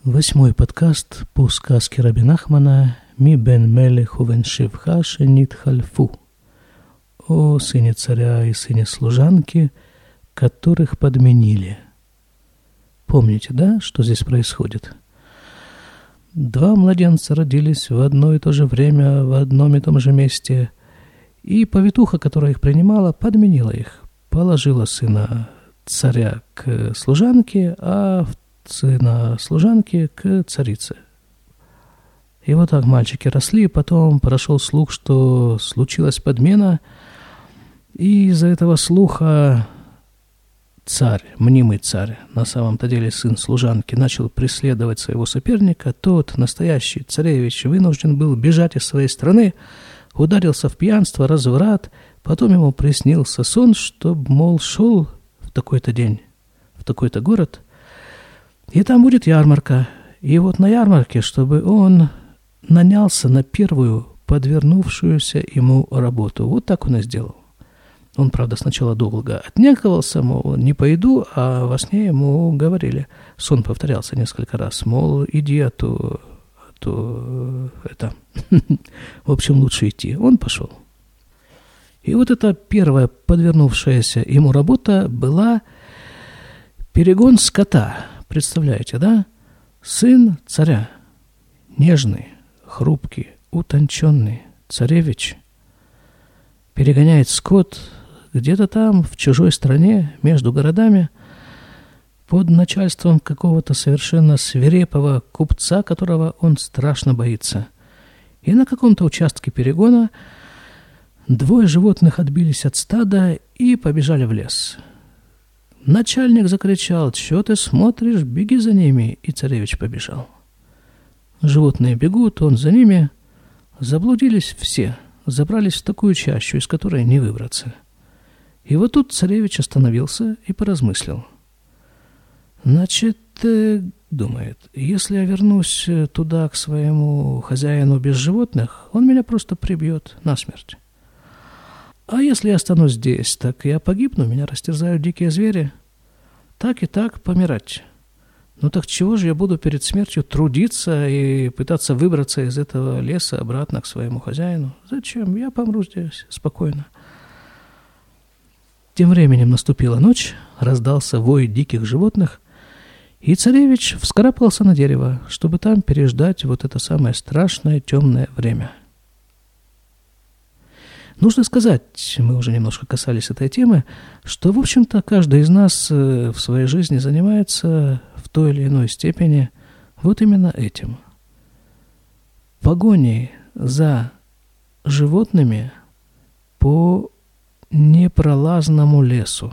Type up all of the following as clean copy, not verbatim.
8 подкаст по сказке Раби Нахмана «Ми бен мелех увен шивха шенит хальфу» о сыне царя и сыне служанки, которых подменили. Помните, да, что здесь происходит? 2 младенца родились в одно и то же время, в одном и том же месте, и повитуха, которая их принимала, подменила их, положила сына царя к служанке, а сына служанки к царице. И вот так мальчики росли, потом прошел слух, что случилась подмена, и из-за этого слуха царь, мнимый царь, на самом-то деле сын служанки, начал преследовать своего соперника. Тот, настоящий царевич, вынужден был бежать из своей страны, ударился в пьянство, разврат, потом ему приснился сон, чтобы, мол, шел в такой-то день, в такой-то город, и там будет ярмарка. И вот на ярмарке, чтобы он нанялся на первую подвернувшуюся ему работу. Вот так он и сделал. Он, правда, сначала долго отнекивался, мол, не пойду, а во сне ему говорили. Сон повторялся несколько раз, мол, иди, а то это... В общем, лучше идти. Он пошел. И вот эта первая подвернувшаяся ему работа была перегон скота. Представляете, да? Сын царя, нежный, хрупкий, утонченный царевич, перегоняет скот где-то там, в чужой стране, между городами, под начальством какого-то совершенно свирепого купца, которого он страшно боится. И на каком-то участке перегона 2 животных отбились от стада и побежали в лес. Начальник закричал: «Чё ты смотришь? Беги за ними!» И царевич побежал. Животные бегут, он за ними. Заблудились все, забрались в такую чащу, из которой не выбраться. И вот тут царевич остановился и поразмыслил. Значит, думает, если я вернусь туда к своему хозяину без животных, он меня просто прибьет насмерть. А если я останусь здесь, так я погибну, меня растерзают дикие звери. Так и так помирать. Ну так чего же я буду перед смертью трудиться и пытаться выбраться из этого леса обратно к своему хозяину? Зачем? Я помру здесь спокойно. Тем временем наступила ночь, раздался вой диких животных, и царевич вскарабкался на дерево, чтобы там переждать вот это самое страшное темное время. Нужно сказать, мы уже немножко касались этой темы, что, в общем-то, каждый из нас в своей жизни занимается в той или иной степени вот именно этим. Погоней за животными по непролазному лесу.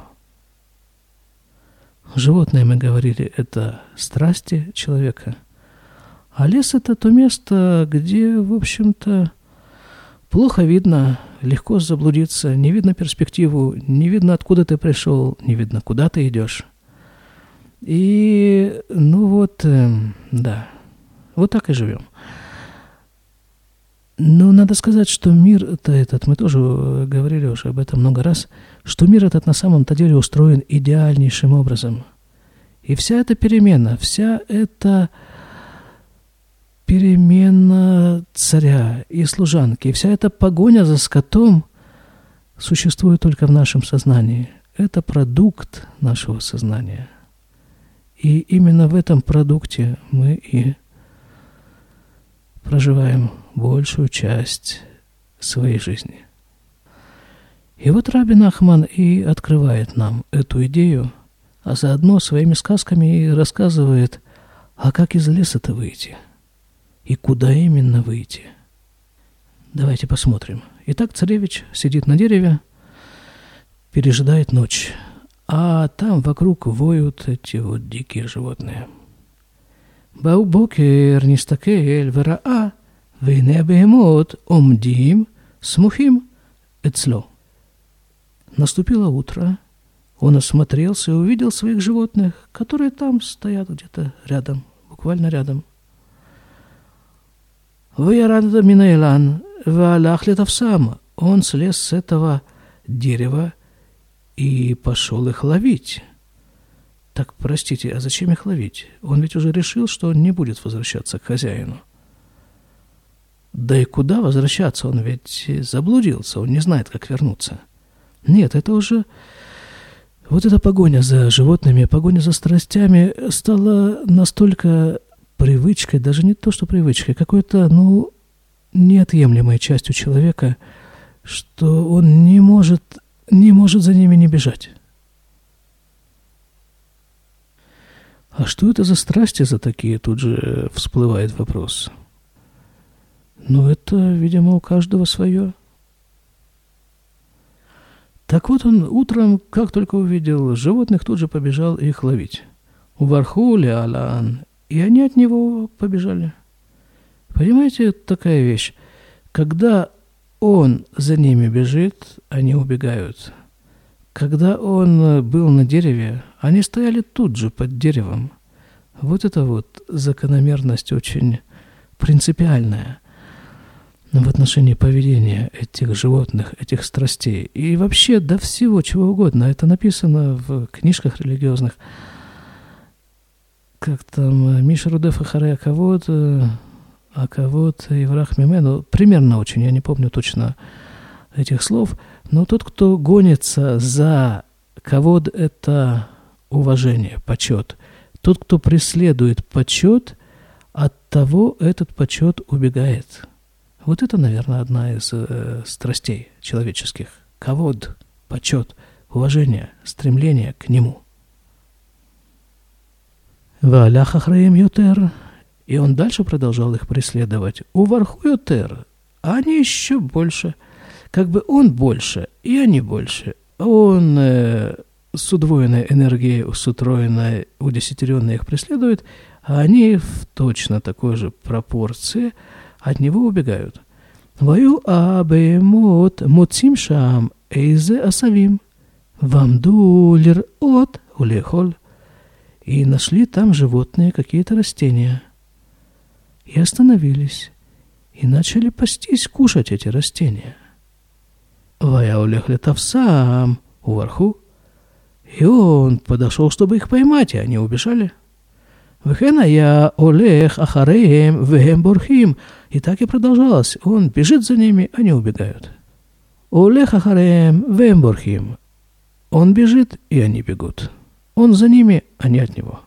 Животные, мы говорили, это страсти человека, а лес – это то место, где, в общем-то, плохо видно, легко заблудиться, не видно перспективу, не видно, откуда ты пришел, не видно, куда ты идешь. И, да, вот так и живем. Но надо сказать, что мир-то этот, мы тоже говорили уже об этом много раз, что мир этот на самом-то деле устроен идеальнейшим образом. И вся эта перемена, перемена царя и служанки, вся эта погоня за скотом существует только в нашем сознании. Это продукт нашего сознания. И именно в этом продукте мы и проживаем большую часть своей жизни. И вот Раби Нахман и открывает нам эту идею, а заодно своими сказками и рассказывает, а как из леса-то выйти? И куда именно выйти? Давайте посмотрим. Итак, царевич сидит на дереве, пережидает ночь, а там вокруг воют эти вот дикие животные. Баубокер нистакель вераа вейне бехемот омдим смухим эцло. Наступило утро, он осмотрелся и увидел своих животных, которые там стоят где-то рядом, буквально рядом. «Ваярада минайлан ваалах летавсам». Он слез с этого дерева и пошел их ловить. Так, простите, а зачем их ловить? Он ведь уже решил, что он не будет возвращаться к хозяину. Да и куда возвращаться? Он ведь заблудился, он не знает, как вернуться. Нет, это уже... Вот эта погоня за животными, погоня за страстями стала настолько привычкой, даже не то, что привычкой, какой-то, неотъемлемой частью человека, что он не может за ними не бежать. А что это за страсти за такие? Тут же всплывает вопрос. Это, видимо, у каждого свое. Так вот он утром, как только увидел животных, тут же побежал их ловить. Уварху леалан. И они от него побежали. Понимаете, такая вещь. Когда он за ними бежит, они убегают. Когда он был на дереве, они стояли тут же под деревом. Вот это вот закономерность очень принципиальная в отношении поведения этих животных, этих страстей. И вообще до всего, чего угодно. Это написано в книжках религиозных. Как там Миша Рудеф Ахаре Акавод, Иврах Мимену. Примерно очень, я не помню точно этих слов. Но тот, кто гонится за кавод, это уважение, почет. Тот, кто преследует почет, от того этот почет убегает. Вот это, наверное, одна из страстей человеческих. Кавод, почет, уважение, стремление к нему. Ваалях ахраим ютер. И он дальше продолжал их преследовать. Уварху ютер. А они еще больше. Как бы он больше, и они больше. Он с удвоенной энергией, с утроенной, удесятеренной их преследует, а они в точно такой же пропорции от него убегают. Ваю абемот моцим шам эйзе асавим вамду лир от улехоль. И нашли там животные, какие-то растения. И остановились, и начали пастись, кушать эти растения. Вая улехли тавсам уверху. И он подошел, чтобы их поймать, и они убежали. Вехена я олех ахареем вехем борхим. И так и продолжалось. Он бежит за ними, они убегают. Олех ахареем вехем борхим. Он бежит, и они бегут. Он за ними, они от него.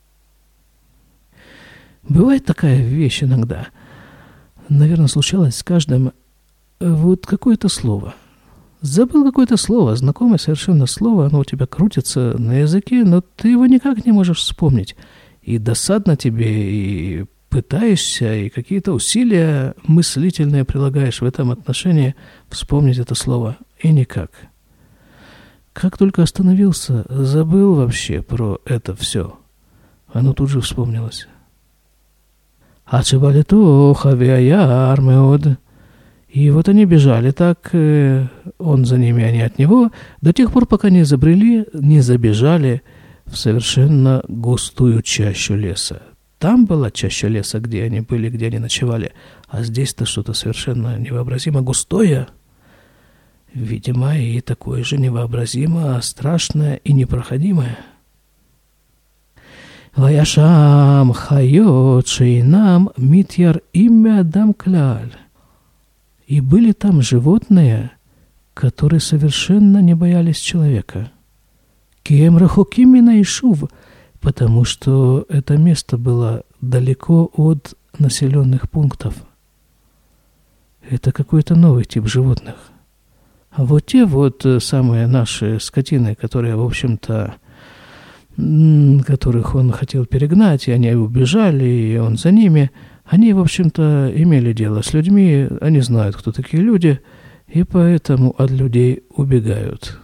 Бывает такая вещь иногда. Наверное, случалось с каждым. Вот какое-то слово. Забыл какое-то слово, знакомое совершенно слово, оно у тебя крутится на языке, но ты его никак не можешь вспомнить. И досадно тебе, и пытаешься, и какие-то усилия мыслительные прилагаешь в этом отношении вспомнить это слово, и никак. Как только остановился, забыл вообще про это все. Оно тут же вспомнилось. Ачебалиту хавиаяр меод. И вот они бежали так, он за ними, они от него, до тех пор, пока не забежали в совершенно густую чащу леса. Там была чаща леса, где они были, где они ночевали, а здесь-то что-то совершенно невообразимо густое. Видимо, и такое же невообразимо страшное и непроходимое. Ваяшам хайот шейнам митьяр имя дам кляль. И были там животные, которые совершенно не боялись человека. Кием рахоким мина ишув, потому что это место было далеко от населенных пунктов. Это какой-то новый тип животных. А вот те вот самые наши скотины, которые, в общем-то, которых он хотел перегнать, и они убежали, и он за ними, они, в общем-то, имели дело с людьми, они знают, кто такие люди, и поэтому от людей убегают.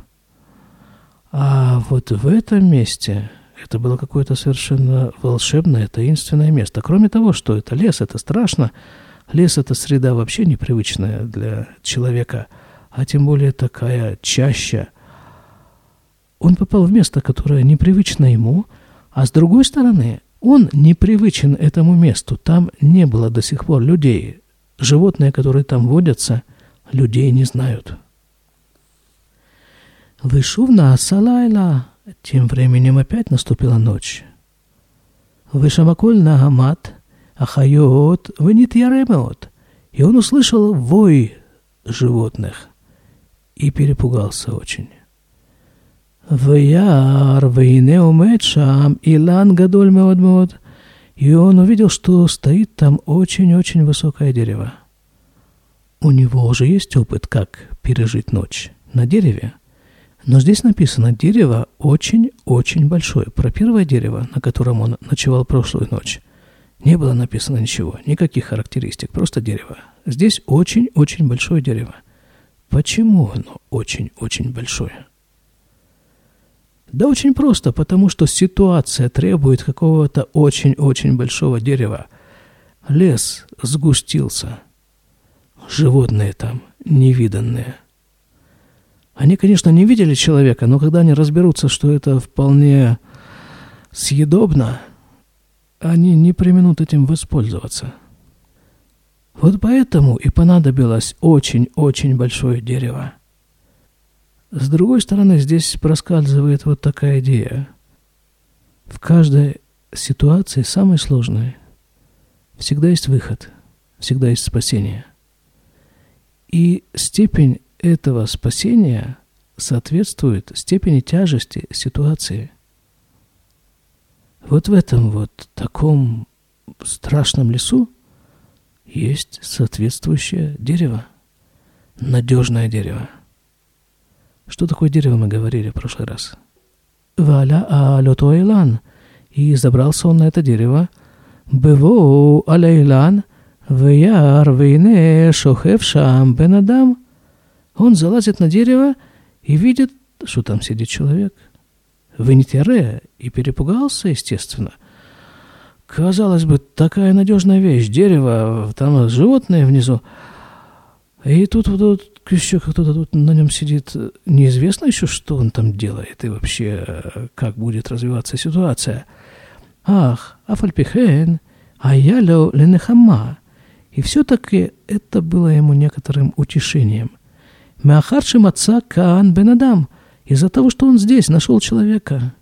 А вот в этом месте это было какое-то совершенно волшебное, таинственное место. Кроме того, что это лес, это страшно. Лес – это среда вообще непривычная для человека, а тем более такая чаща. Он попал в место, которое непривычно ему, а с другой стороны, он непривычен этому месту. Там не было до сих пор людей. Животные, которые там водятся, людей не знают. Вышув на салайла, Тем временем опять наступила ночь. «Вышамаколь нагамат, ахайот, вынит яремеот». И он услышал вой животных и перепугался очень. «Ваяр, вейне умет шам, илан гадоль меод меод». И он увидел, что стоит там очень-очень высокое дерево. У него уже есть опыт, как пережить ночь на дереве. Но здесь написано «дерево очень-очень большое». Про первое дерево, на котором он ночевал прошлую ночь, не было написано ничего, никаких характеристик, просто дерево. Здесь очень-очень большое дерево. Почему оно очень-очень большое? Да очень просто, потому что ситуация требует какого-то очень-очень большого дерева. Лес сгустился. Животные там невиданные. Они, конечно, не видели человека, но когда они разберутся, что это вполне съедобно, они не преминут этим воспользоваться. Вот поэтому и понадобилось очень-очень большое дерево. С другой стороны, здесь проскальзывает вот такая идея. В каждой ситуации, самой сложной, всегда есть выход, всегда есть спасение. И степень этого спасения соответствует степени тяжести ситуации. Вот в этом вот таком страшном лесу есть соответствующее дерево, надежное дерево. Что такое дерево, мы говорили в прошлый раз. Валя алото эйлан. И забрался он на это дерево. Бево алейлан, вяр вейне шохев шам бен адам. Он залазит на дерево и видит, что там сидит человек. Вынитяре, и перепугался, естественно. Казалось бы, такая надежная вещь, дерево, там животные внизу. И тут еще кто-то тут на нем сидит. Неизвестно еще, что он там делает и вообще, как будет развиваться ситуация. Ах, афальпихен, аялю ленехама. И все-таки это было ему некоторым утешением. Мяхаршим отца Каан бен Адам. Из-за того, что он здесь нашел человека.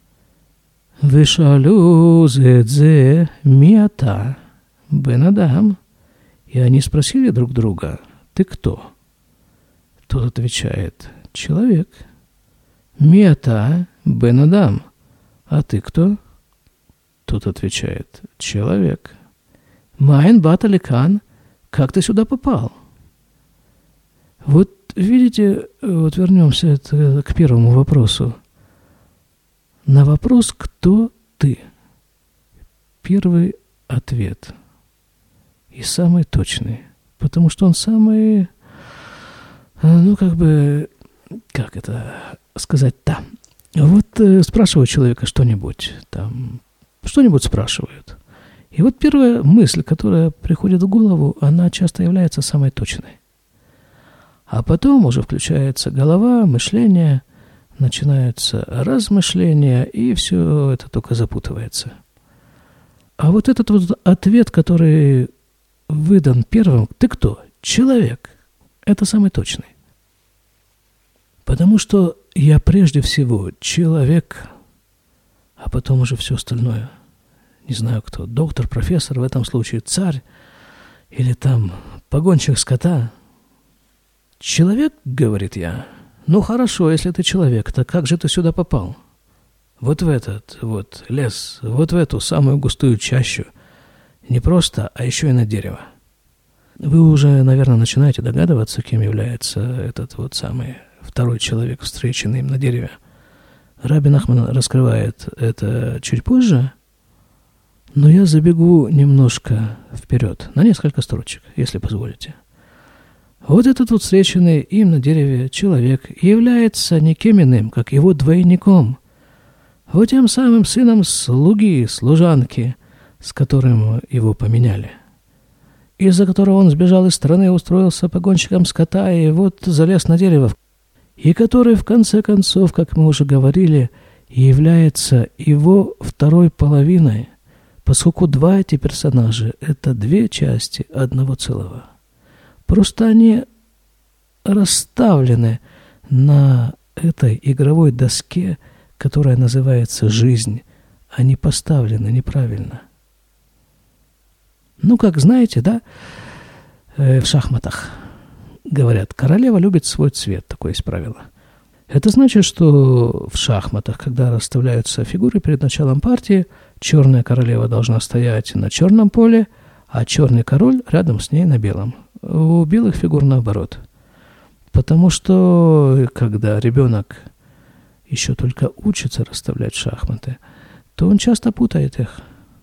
Вышалю зедзе миата бен Адам. И они спросили друг друга: ты кто? Тот отвечает: человек. Миата бен Адам. А ты кто? Тот отвечает: человек. Майн бата лекан. Как ты сюда попал? Вот видите, вот вернемся к первому вопросу. На вопрос «Кто ты?» Первый ответ. И самый точный. Потому что он самый, как это сказать-то? Вот спрашивают человека что-нибудь, там, что-нибудь спрашивают. И вот первая мысль, которая приходит в голову, она часто является самой точной. А потом уже включается голова, мышление, начинаются размышления, и все это только запутывается. А вот этот вот ответ, который выдан первым: ты кто? Человек. Это самый точный. Потому что я прежде всего человек, а потом уже все остальное. Не знаю кто, доктор, профессор, в этом случае царь, или там погонщик скота. Человек, говорит я. Ну хорошо, если ты человек, так как же ты сюда попал? Вот в этот вот лес, вот в эту самую густую чащу. Не просто, а еще и на дерево. Вы уже, наверное, начинаете догадываться, кем является этот вот самый второй человек, встреченный им на дереве. Раби Нахман раскрывает это чуть позже, но я забегу немножко вперед, на несколько строчек, если позволите. Вот этот вот встреченный им на дереве человек является никем иным, как его двойником, вот тем самым сыном слуги, служанки, с которым его поменяли, из-за которого он сбежал из страны и устроился погонщиком скота, и вот залез на дерево, и который, в конце концов, как мы уже говорили, является его второй половиной, поскольку два эти персонажа – это две части одного целого. Просто они расставлены на этой игровой доске которая называется жизнь, они поставлены неправильно. Ну, как знаете, да, в шахматах говорят, королева любит свой цвет, такое есть правило. Это значит, что в шахматах, когда расставляются фигуры перед началом партии, черная королева должна стоять на черном поле, а черный король рядом с ней на белом. У белых фигур наоборот. Потому что, когда ребенок еще только учится расставлять шахматы, то он часто путает их.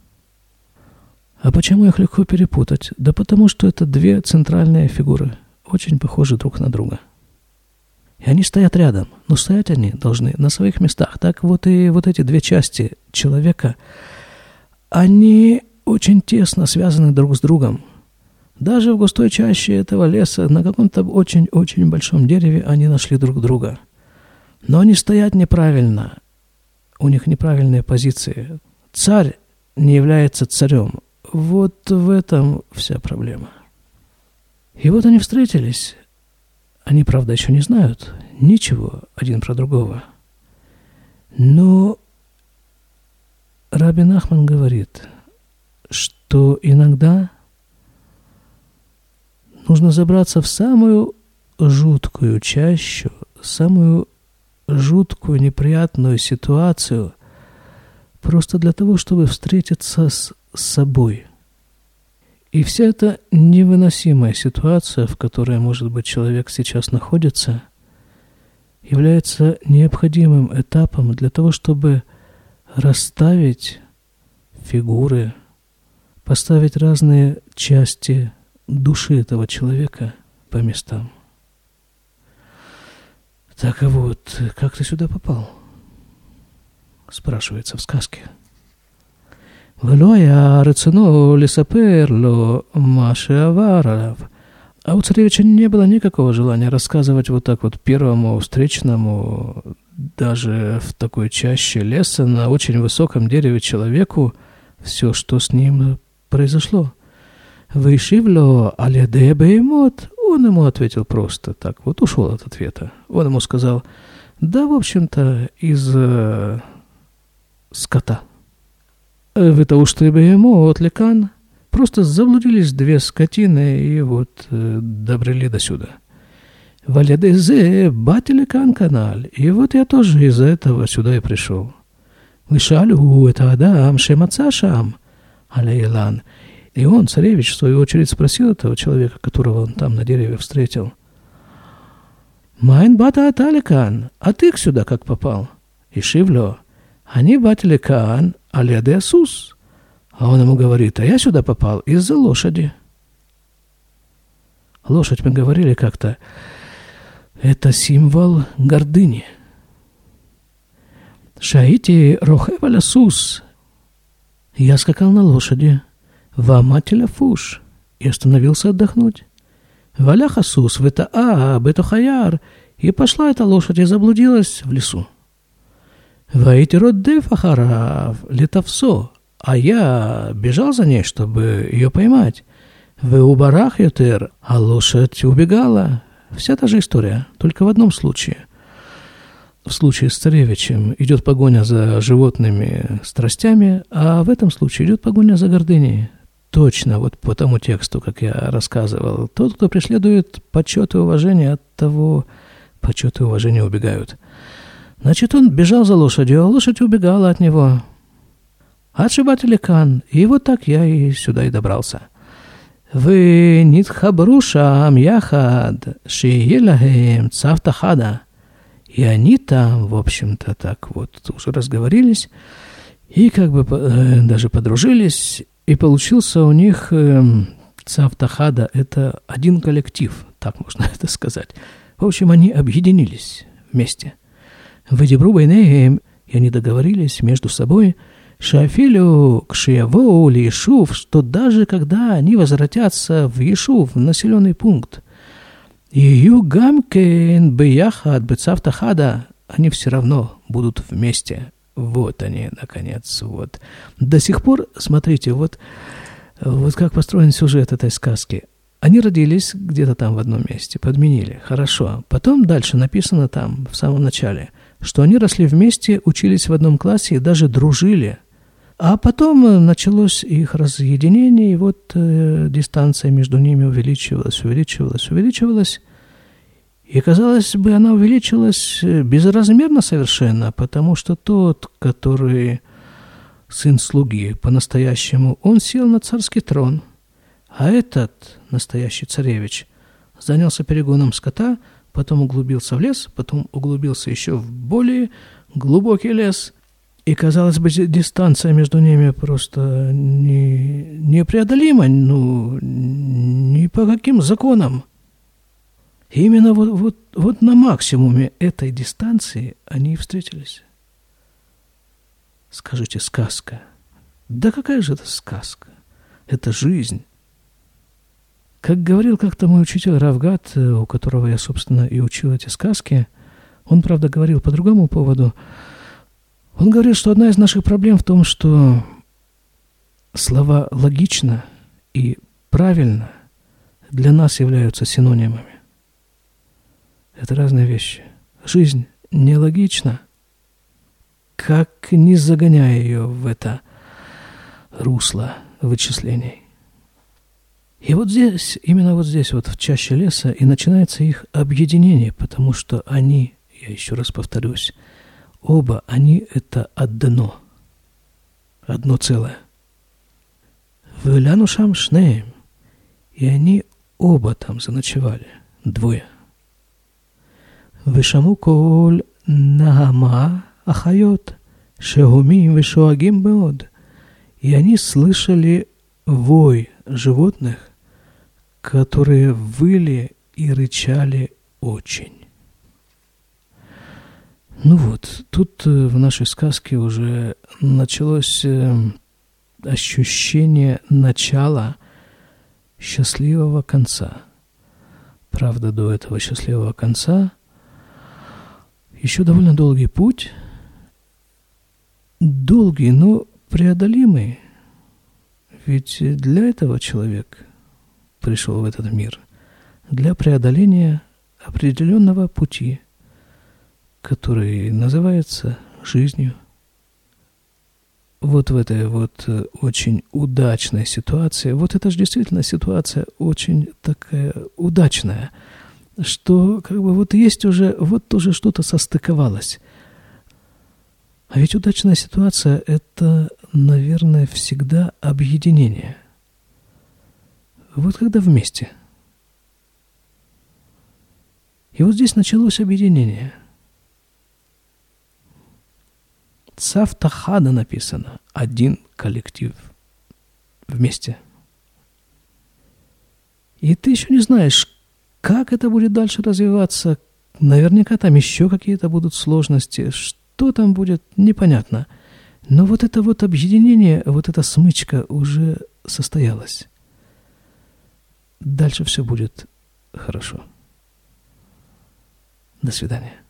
А почему их легко перепутать? Да потому что это две центральные фигуры, очень похожи друг на друга. И они стоят рядом, но стоять они должны на своих местах. Так вот и вот эти две части человека, они очень тесно связаны друг с другом. Даже в густой чаще этого леса, на каком-то очень-очень большом дереве, они нашли друг друга. Но они стоят неправильно. У них неправильные позиции. Царь не является царем. Вот в этом вся проблема. И вот они встретились. Они, правда, еще не знают ничего один про другого. Но Раби Нахман говорит, что иногда нужно забраться в самую жуткую чащу, самую жуткую, неприятную ситуацию, просто для того, чтобы встретиться с собой. И вся эта невыносимая ситуация, в которой, может быть, человек сейчас находится, является необходимым этапом для того, чтобы расставить фигуры, поставить разные части души этого человека по местам. Так вот, как ты сюда попал? Спрашивается в сказке. А у царевича не было никакого желания рассказывать вот так вот первому встречному, даже в такой чаще леса, на очень высоком дереве человеку, все, что с ним произошло. Вышивло аляде беймот. Он ему ответил просто так, вот ушел от ответа. Он ему сказал, да, в общем-то, из скота. Это уж ты беймот лекан. Просто заблудились две скотины и вот добрели до сюда. Валядезе батилекан канал. И вот я тоже из-за этого сюда и пришел. Вышалю это адам шемаца шам алейлан. И он, царевич, в свою очередь спросил этого человека, которого он там на дереве встретил. Майн бата аталикан, а ты сюда как попал? И шивло, они батилекан аляде сус. А он ему говорит, а я сюда попал из-за лошади. Лошадь, мы говорили как-то, это символ гордыни. Шаити рохеваля сус. Я скакал на лошади. Вамателя фуш. И остановился отдохнуть. Валяха сус ветаа бетохаяр. И пошла эта лошадь и заблудилась в лесу. Ваити роддев ахарав летавсо. А я бежал за ней, чтобы ее поймать. В убарах ютер, а лошадь убегала. Вся та же история, только в одном случае. В случае с царевичем идет погоня за животными страстями, а в этом случае идет погоня за гордыней. Точно, вот по тому тексту, как я рассказывал. Тот, кто преследует почет и уважение, от того почет и уважение убегают. Значит, он бежал за лошадью, а лошадь убегала от него. Отшибателикан. И вот так я и сюда и добрался. Вы нитхабрушам яхад шиелахем цавтахада. И они там, в общем-то, так вот уже разговорились и как бы даже подружились. И получился у них цавтахада. Это один коллектив, так можно это сказать. В общем, они объединились вместе. Выдебру байнеем, и они договорились между собой, Шафилю к Шиявоу ли Ешув, что даже когда они возвратятся в Ешув, в населенный пункт, Ию гамкен бияхад бецавтахада, они все равно будут вместе. Вот они, наконец, вот. До сих пор, смотрите, вот как построен сюжет этой сказки. Они родились где-то там в одном месте, подменили, хорошо. Потом дальше написано там, в самом начале, что они росли вместе, учились в одном классе и даже дружили. А потом началось их разъединение, и вот дистанция между ними увеличивалась. И, казалось бы, она увеличилась безразмерно совершенно, потому что тот, который сын слуги по-настоящему, он сел на царский трон, а этот, настоящий царевич, занялся перегоном скота, потом углубился в лес, потом углубился еще в более глубокий лес. И, казалось бы, дистанция между ними просто непреодолима, ни по каким законам. И именно вот на максимуме этой дистанции они и встретились. Скажите, сказка. Да какая же это сказка? Это жизнь. Как говорил как-то мой учитель Равгат, у которого я, собственно, и учил эти сказки, он, правда, говорил по другому поводу. Он говорит, что одна из наших проблем в том, что слова «логично» и «правильно» для нас являются синонимами. Это разные вещи. Жизнь нелогична, как не загоняя ее в это русло вычислений. И вот здесь, именно вот здесь, вот в чаще леса, и начинается их объединение, потому что они, я еще раз повторюсь, оба они это одно целое. Веляну шам шнеем, и они оба там заночевали, двое. Вешаму кол нагама ахайот, шегумим вешоагим беод, и они слышали вой животных, которые выли и рычали очень. Ну вот, тут в нашей сказке уже началось ощущение начала счастливого конца. Правда, до этого счастливого конца еще довольно долгий путь. Долгий, но преодолимый. Ведь для этого человек пришел в этот мир. Для преодоления определенного пути, который называется жизнью. Вот в этой вот очень удачной ситуации, вот это же действительно ситуация очень такая удачная, что как бы вот есть уже, вот уже что-то состыковалось. А ведь удачная ситуация – это, наверное, всегда объединение. Вот когда вместе. И вот здесь началось объединение. Цавтахада написано. Один коллектив. Вместе. И ты еще не знаешь, как это будет дальше развиваться. Наверняка там еще какие-то будут сложности. Что там будет, непонятно. Но вот это вот объединение, вот эта смычка уже состоялась. Дальше все будет хорошо. До свидания.